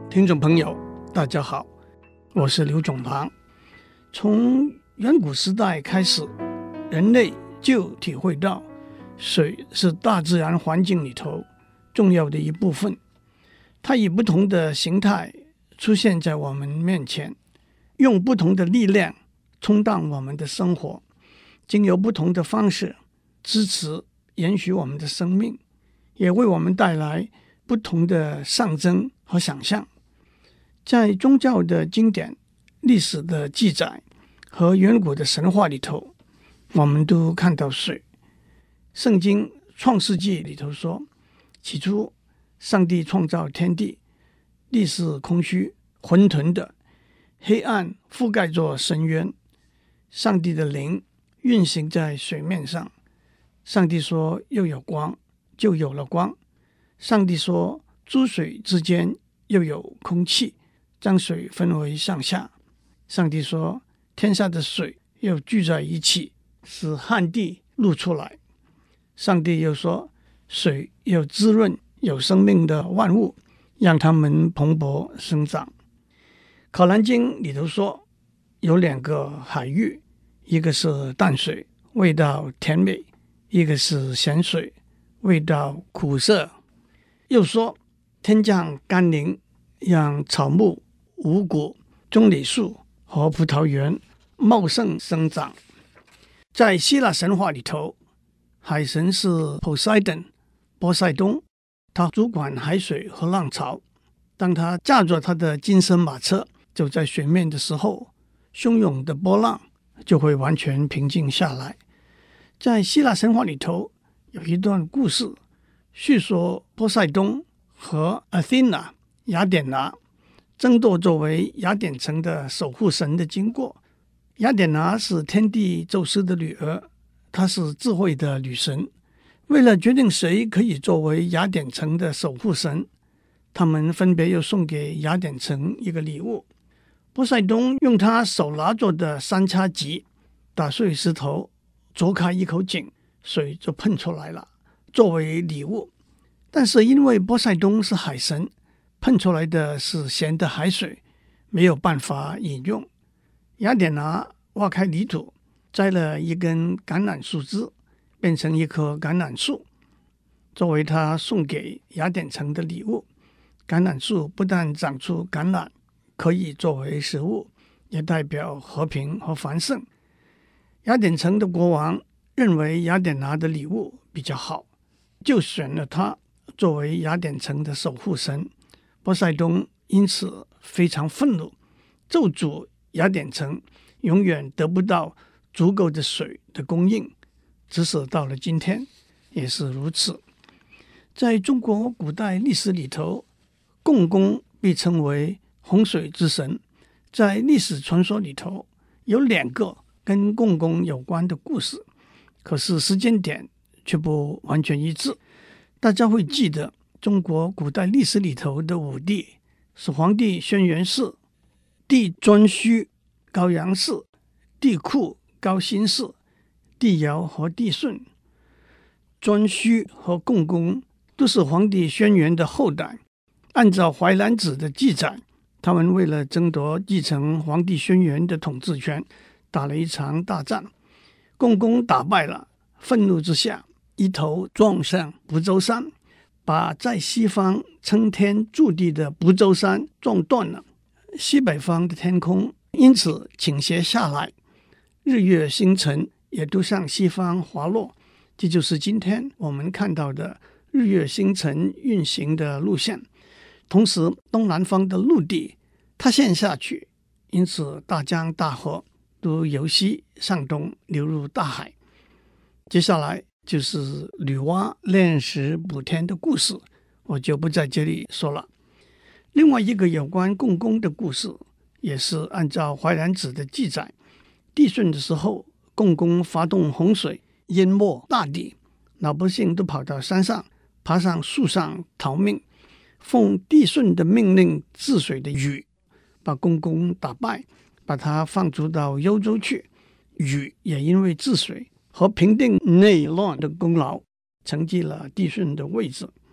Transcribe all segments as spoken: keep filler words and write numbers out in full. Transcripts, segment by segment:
听众朋友大家好，我是刘总堂。从远古时代开始，人类就体会到水是大自然环境里头重要的一部分，它以不同的形态出现在我们面前，用不同的力量冲荡我们的生活，经由不同的方式支持延续我们的生命，也为我们带来不同的象征和想象。在宗教的经典、历史的记载和远古的神话里头，我们都看到水。圣经创世纪里头说，起初上帝创造天地，地是空虚混沌的，黑暗覆盖着深渊，上帝的灵运行在水面上。上帝说又有光，就有了光。上帝说诸水之间又有空气，将水分为上下。上帝说天下的水又聚在一起，使旱地露出来。上帝又说水又滋润有生命的万物，让它们蓬勃生长。考兰经里头说有两个海域，一个是淡水，味道甜美；一个是咸水，味道苦涩。又说天降甘霖，让草木、五谷、棕榈树和葡萄园茂盛生长。在希腊神话里头，海神是 Poseidon 波塞冬，他主管海水和浪潮。当他驾着他的金身马车走在水面的时候，汹涌的波浪就会完全平静下来。在希腊神话里头有一段故事，叙说波塞冬和 Athena 雅典娜争夺作为雅典城的守护神的经过。雅典娜是天帝宙斯的女儿，她是智慧的女神。为了决定谁可以作为雅典城的守护神，他们分别又送给雅典城一个礼物。波塞冬用他手拿着的三叉戟打碎石头，啄开一口井，水就喷出来了，作为礼物。但是因为波塞冬是海神，喷出来的是咸的海水，没有办法饮用。雅典娜挖开泥土，摘了一根橄榄树枝，变成一棵橄榄树，作为他送给雅典城的礼物。橄榄树不但长出橄榄，可以作为食物，也代表和平和繁盛。雅典城的国王认为雅典娜的礼物比较好，就选了他作为雅典城的守护神。波塞冬因此非常愤怒，咒诅雅典城永远得不到足够的水的供应，即使到了今天也是如此。在中国古代历史里头，共工被称为洪水之神。在历史传说里头有两个跟共工有关的故事，可是时间点却不完全一致。大家会记得中国古代历史里头的五帝是黄帝轩辕氏、帝颛顼高阳氏、帝喾高辛氏、帝尧和帝舜。颛顼和共工都是黄帝轩辕的后代。按照《淮南子》的记载，他们为了争夺继承黄帝轩辕的统治权，打了一场大战。共工打败了，愤怒之下一头撞上不周山，把在西方撑天筑地的不周山撞断了，西北方的天空因此倾斜下来，日月星辰也都向西方滑落。这就是今天我们看到的日月星辰运行的路线。同时东南方的陆地塌陷下去，因此大江大河都由西向东流入大海。接下来就是女娲炼石补天的故事，我就不在这里说了。另外一个有关共工的故事，也是按照《淮南子》的记载，帝舜的时候，共工发动洪水，淹没大地，老百姓都跑到山上，爬上树上逃命。奉帝舜的命令治水的禹把共工打败，把他放逐到幽州去。禹也因为治水和平定内乱的功劳，承继了帝舜的位置。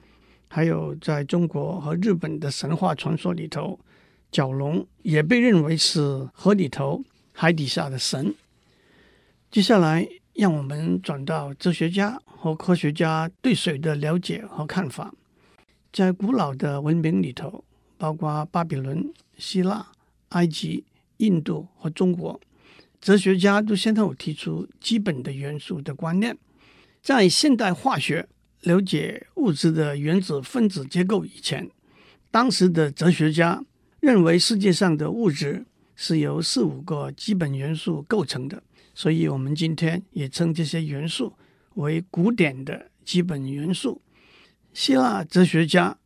还有在中国和日本的神话传说里头，蛟龙也被认为是河里头、海底下的神。接下来让我们转到哲学家和科学家对水的了解和看法。在古老的文明里头，包括巴比伦、希腊、埃及、印度和中国，哲学家都先后提出基本的元素的观念。在现代化学了解物质的原子分子结构以前，当时的哲学家认为世界上的物质是由四五个基本元素构成的，所以我们今天也称这些元素为古典的基本元素。希腊哲学家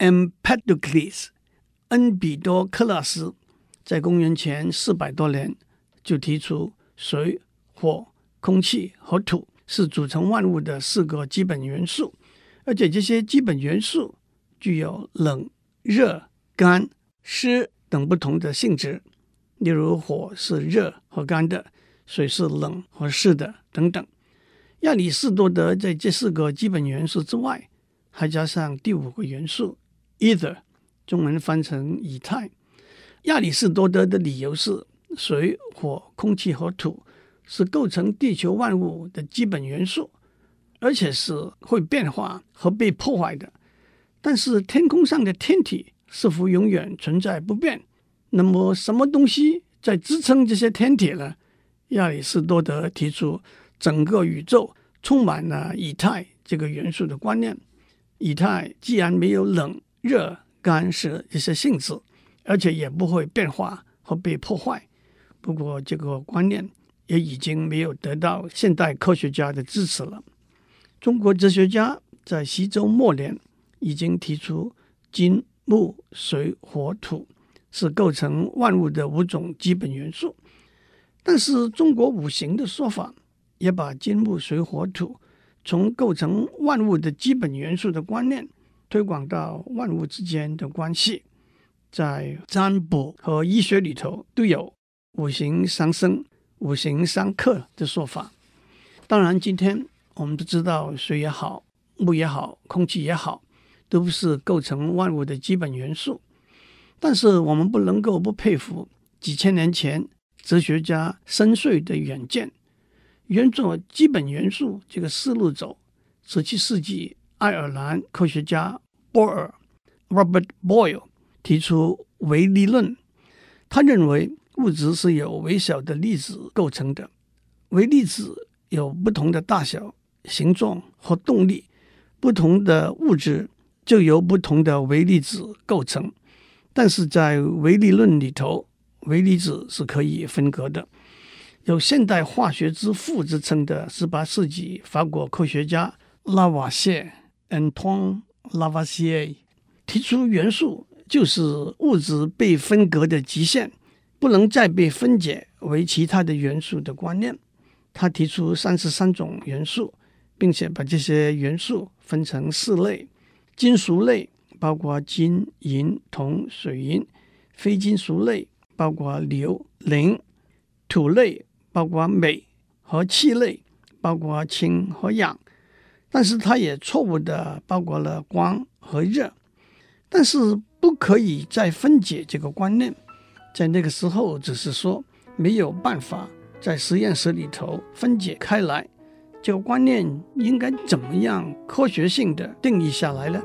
Empedocles 恩比多克拉斯在公元前四百多年就提出水、火、空气和土是组成万物的四个基本元素，而且这些基本元素具有冷、热、干、湿等不同的性质。例如火是热和干的，水是冷和湿的等等。亚里士多德在这四个基本元素之外还加上第五个元素 ether， 中文翻成以太。亚里士多德的理由是水、火、空气和土是构成地球万物的基本元素，而且是会变化和被破坏的。但是天空上的天体是否永远存在不变？那么什么东西在支撑这些天体呢？亚里士多德提出整个宇宙充满了以太这个元素的观念。以太既然没有冷、热、干、湿这些性质，而且也不会变化和被破坏。不过这个观念也已经没有得到现代科学家的支持了。中国哲学家在西周末年已经提出金、木、水、火、土是构成万物的五种基本元素，但是中国五行的说法也把金、木、水、火、土从构成万物的基本元素的观念推广到万物之间的关系。在占卜和医学里头都有五行相生、五行相克的说法。当然今天我们都知道水也好、木也好、空气也好，都是构成万物的基本元素。但是我们不能够不佩服几千年前哲学家深邃的远见。沿着基本元素这个思路走，十七世纪爱尔兰科学家波尔 Robert Boyle 提出微粒论。他认为物质是由微小的粒子构成的，微粒子有不同的大小、形状和动力，不同的物质就由不同的微粒子构成。但是在微粒论里头，微粒子是可以分割的。有现代化学之父之称的十八世纪法国科学家拉瓦谢 Antoine Lavoisier 提出元素就是物质被分割的极限，不能再被分解为其他的元素的观念。他提出三十三种元素，并且把这些元素分成四类。金属类包括金、银、铜、水银；非金属类包括硫、磷；土类包括镁和气类，包括氢和氧。但是它也错误地包括了光和热。但是不可以再分解这个观念，在那个时候只是说没有办法在实验室里头分解开来，这个观念应该怎么样科学性的定义下来呢？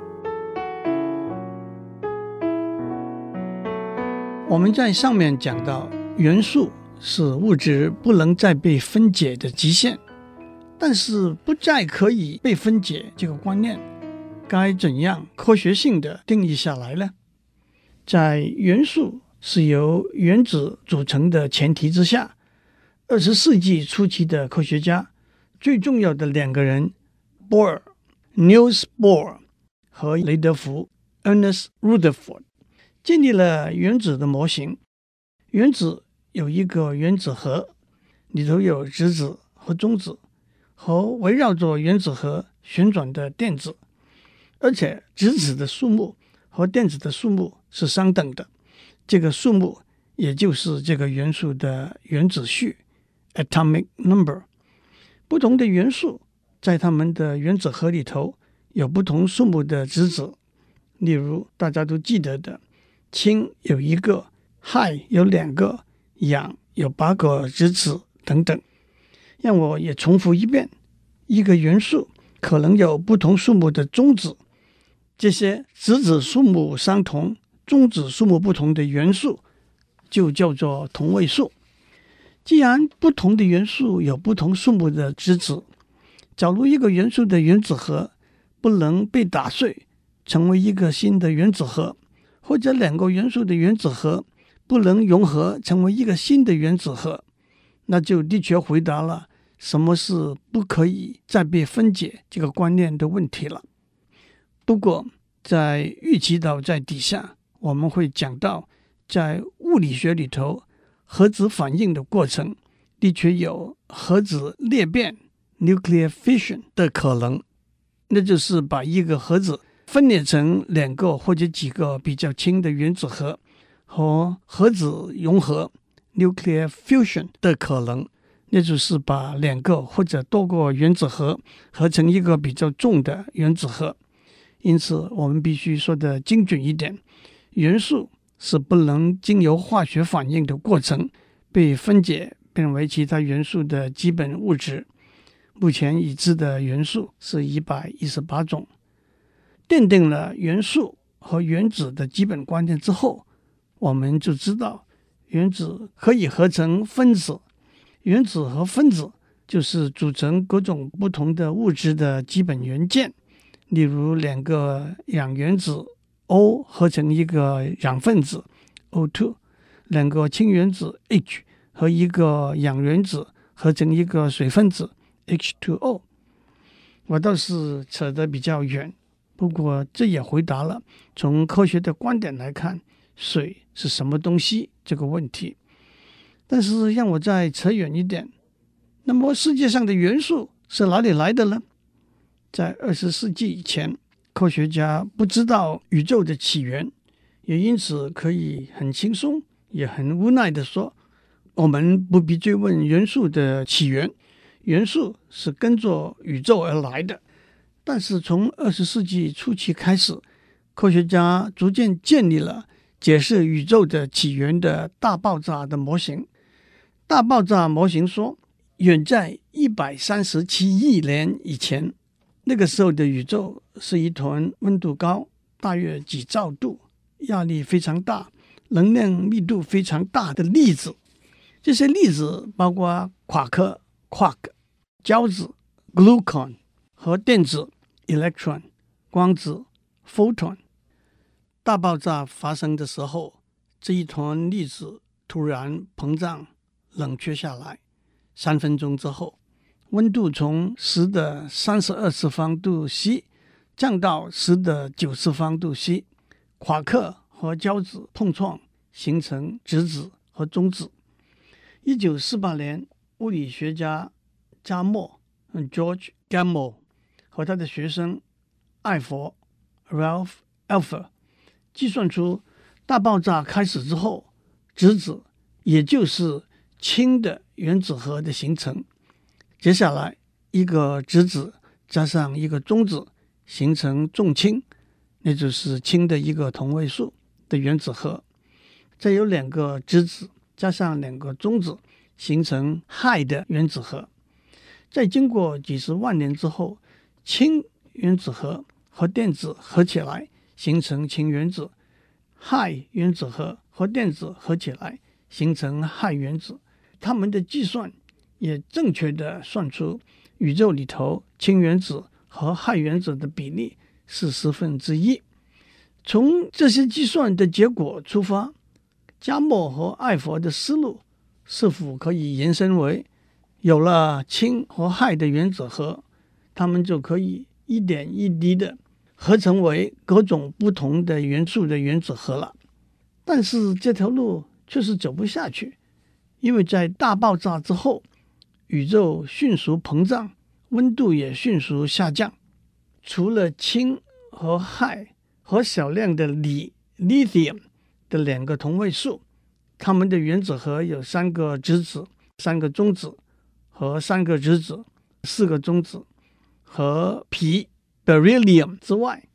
我们在上面讲到元素是物质不能再被分解的极限，但是不再可以被分解这个观念该怎样科学性的定义下来呢？在元素是由原子组成的前提之下，二十世纪初期的科学家最重要的两个人 Bohr Niels Bohr 和雷德福 Ernest Rutherford 建立了原子的模型。原子有一个原子核，里头有质子和中子和围绕着原子核旋转的电子，而且质子的数目和电子的数目是相等的，这个数目也就是这个元素的原子序 atomic number。 不同的元素在它们的原子核里头有不同数目的质子， 例如大家都记得的，氢有一个，氦有两个，氧有八个质子等等。让我也重复一遍，一个元素可能有不同数目的中子，这些质子数目相同、中子数目不同的元素就叫做同位素。既然不同的元素有不同数目的质子，假如一个元素的原子核不能被打碎成为一个新的原子核，或者两个元素的原子核不能融合成为一个新的原子核，那就的确回答了什么是不可以再被分解这个观念的问题了。不过在预期到在底下我们会讲到，在物理学里头，核子反应的过程的确有核子裂变 nuclear fission 的可能，那就是把一个核子分裂成两个或者几个比较轻的原子核，和核子融合 nuclear fusion 的可能，那就是把两个或者多个原子核合成一个比较重的原子核。因此我们必须说的精准一点，元素是不能经由化学反应的过程被分解变为其他元素的基本物质。目前已知的元素是一百一十八种。奠定了元素和原子的基本观念之后，我们就知道原子可以合成分子，原子和分子就是组成各种不同的物质的基本元件。例如两个氧原子 O 合成一个氧分子 O 二， 两个氢原子 H 和一个氧原子合成一个水分子 H 二 O。 我倒是扯得比较远，不过这也回答了从科学的观点来看水是什么东西这个问题。但是让我再扯远一点，那么世界上的元素是哪里来的呢？在二十世纪以前，科学家不知道宇宙的起源，也因此可以很轻松也很无奈地说，我们不必追问元素的起源，元素是跟着宇宙而来的。但是从二十世纪初期开始，科学家逐渐建立了解释宇宙的起源的大爆炸的模型。大爆炸模型说，远在一百三十七亿年以前，那个时候的宇宙是一团温度高，大约几兆度，压力非常大，能量密度非常大的粒子。这些粒子包括夸克 quark、 胶子 gluon 和电子 electron、 光子 photon。 大爆炸发生的时候，这一团粒子突然膨胀冷却下来，三分钟之后，温度从十的三十二次方度 C 降到十的九次方度 C， 夸克和胶子碰撞形成质子和中子。一九四八年，物理学家加莫 George Gamow 和他的学生艾佛 Ralph Alpher 计算出大爆炸开始之后，质子也就是氢的原子核的形成。接下来一个质子加上一个中子形成重氢，那就是氢的一个同位素的原子核。再有两个质子加上两个中子形成氦的原子核。再经过几十万年之后，氢原子核和电子合起来形成氢原子，氦原子核和电子合起来形成氦原子。它们的计算也正确地算出宇宙里头氢原子和氦原子的比例是十分之一。从这些计算的结果出发，加莫和艾佛的思路是否可以延伸为，有了氢和氦的原子核，它们就可以一点一滴的合成为各种不同的元素的原子核了。但是这条路却是走不下去，因为在大爆炸之后，宇宙迅速膨胀，温度也迅速下降。除了氢和氦和少量的锂 lithium 的两个同位素，它们的原子核有三个质子、三个中子和三个质子、四个中子和铍 beryllium 之外，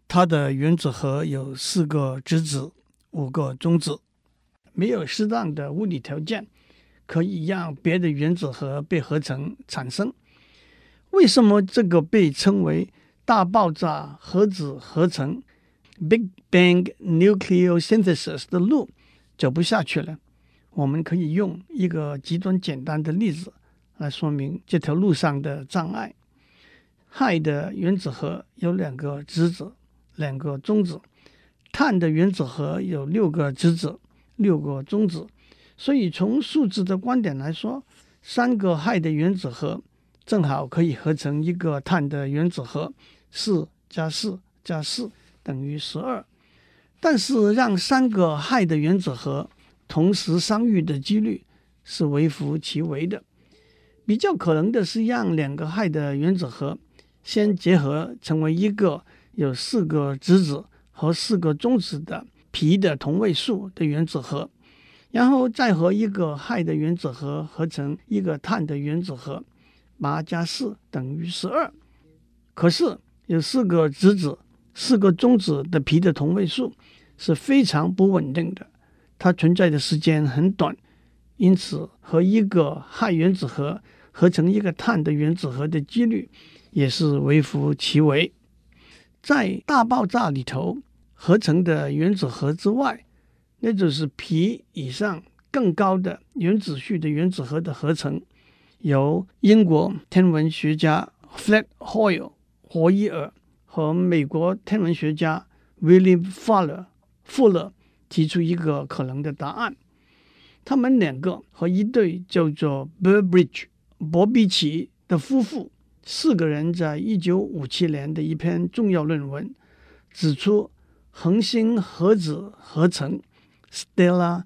它的原子核有四个质子，五个中子。没有适当的物理条件可以让别的原子核被合成产生。为什么这个被称为大爆炸核子合成 Big Bang Nucleosynthesis 的路走不下去了？我们可以用一个极端简单的例子来说明这条路上的障碍。氦的原子核有两个质子，两个中子。碳的原子核有六个质子，六个中子。所以从数字的观点来说，三个氦的原子核正好可以合成一个碳的原子核，四加四加四等于十二。但是让三个氦的原子核同时相遇的几率是微乎其微的。比较可能的是让两个氦的原子核先结合成为一个有四个质子和四个中子的铍的同位素的原子核，然后再和一个氦的原子核合成一个碳的原子核，八加四等于十二。可是有四个质子、四个中子的铍的同位素是非常不稳定的，它存在的时间很短，因此和一个氦原子核合成一个碳的原子核的几率也是微乎其微。在大爆炸里头合成的原子核之外，那就是铍以上更高的原子序的原子核的合成，由英国天文学家 Fred Hoyle 霍伊尔和美国天文学家 William Fuller 富勒提出一个可能的答案。他们两个和一对叫做 Burbridge 伯比奇的夫妇，四个人在一九五七年的一篇重要论文指出，恒星核子合成 Stellar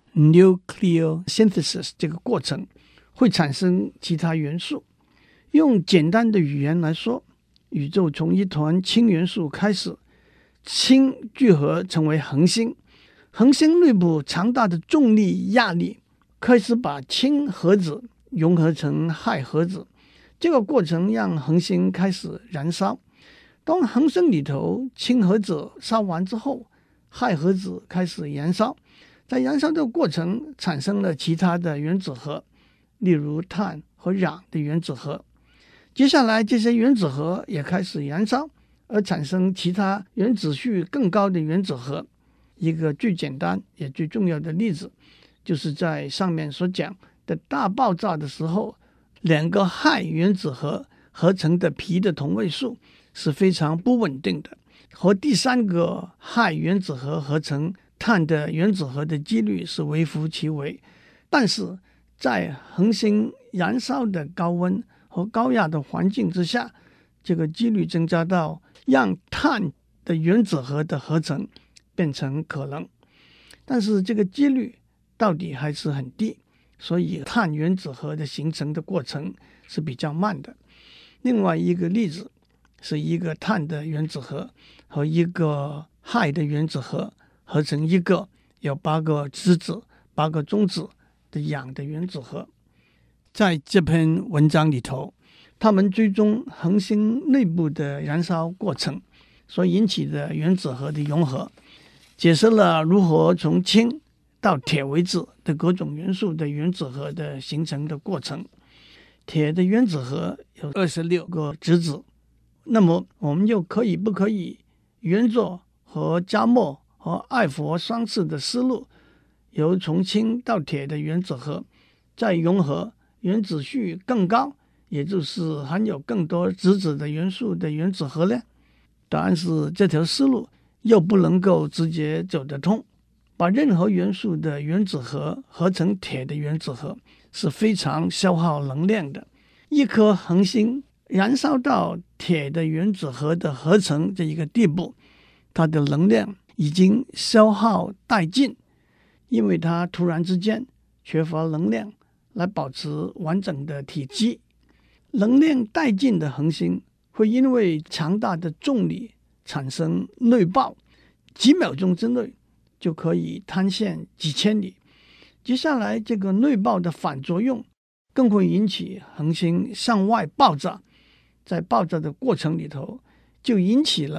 Nucleosynthesis 这个过程会产生其他元素。用简单的语言来说，宇宙从一团氢元素开始，氢聚合成为恒星，恒星内部强大的重力压力开始把氢核子融合成氦核子，这个过程让恒星开始燃烧。当恒星里头氢核子烧完之后，氦核子开始燃烧，在燃烧的过程产生了其他的原子核，例如碳和氧的原子核。接下来这些原子核也开始燃烧，而产生其他原子序更高的原子核。一个最简单也最重要的例子，就是在上面所讲的大爆炸的时候，两个氦原子核合成的铍的同位素是非常不稳定的，和第三个氦原子核合成碳的原子核的几率是微乎其微。但是在恒星燃烧的高温和高压的环境之下，这个几率增加到让碳的原子核的合成变成可能。但是这个几率到底还是很低，所以碳原子核的形成的过程是比较慢的。另外一个例子是一个碳的原子核和一个氦的原子核合成一个有八个质子、八个中子的氧的原子核。在这篇文章里头，他们追踪恒星内部的燃烧过程所引起的原子核的融合，解释了如何从氢到铁为止的各种元素的原子核的形成的过程。铁的原子核有二十六个质子，那么我们又可以不可以沿着和加墨和艾佛双次的思路，由从氢到铁的原子核再融合原子序更高，也就是含有更多质子的元素的原子核呢？答案是这条思路又不能够直接走得通。把任何元素的原子核合成铁的原子核是非常消耗能量的。一颗恒星燃烧到铁的原子核的合成这一个地步，它的能量已经消耗殆尽，因为它突然之间缺乏能量来保持完整的体积。能量殆尽的恒星会因为强大的重力产生内爆，几秒钟之内就可以坍陷几千里。接下来这个内爆的反作用更会引起恒星向外爆炸，在爆炸的过程里头就引起了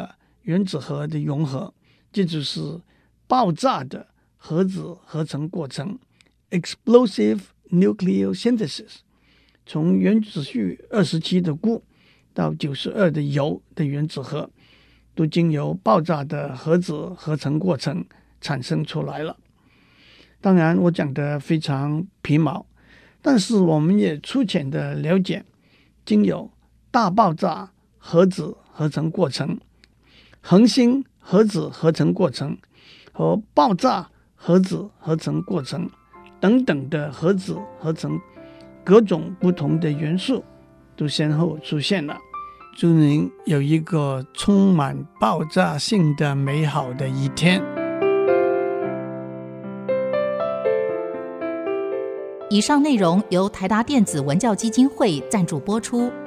原子核的融合，这就是爆炸的核子合成过程 explosive nucleosynthesis。 从原子序二十七的钴到九十二的铀的原子核，都经由爆炸的核子合成过程产生出来了。当然我讲的非常皮毛，但是我们也粗浅的了解，经有大爆炸核子合成过程、恒星核子合成过程和爆炸核子合成过程等等的核子合成，各种不同的元素都先后出现了。祝您有一个充满爆炸性的美好的一天。 以上内容由台达电子文教基金会赞助播出。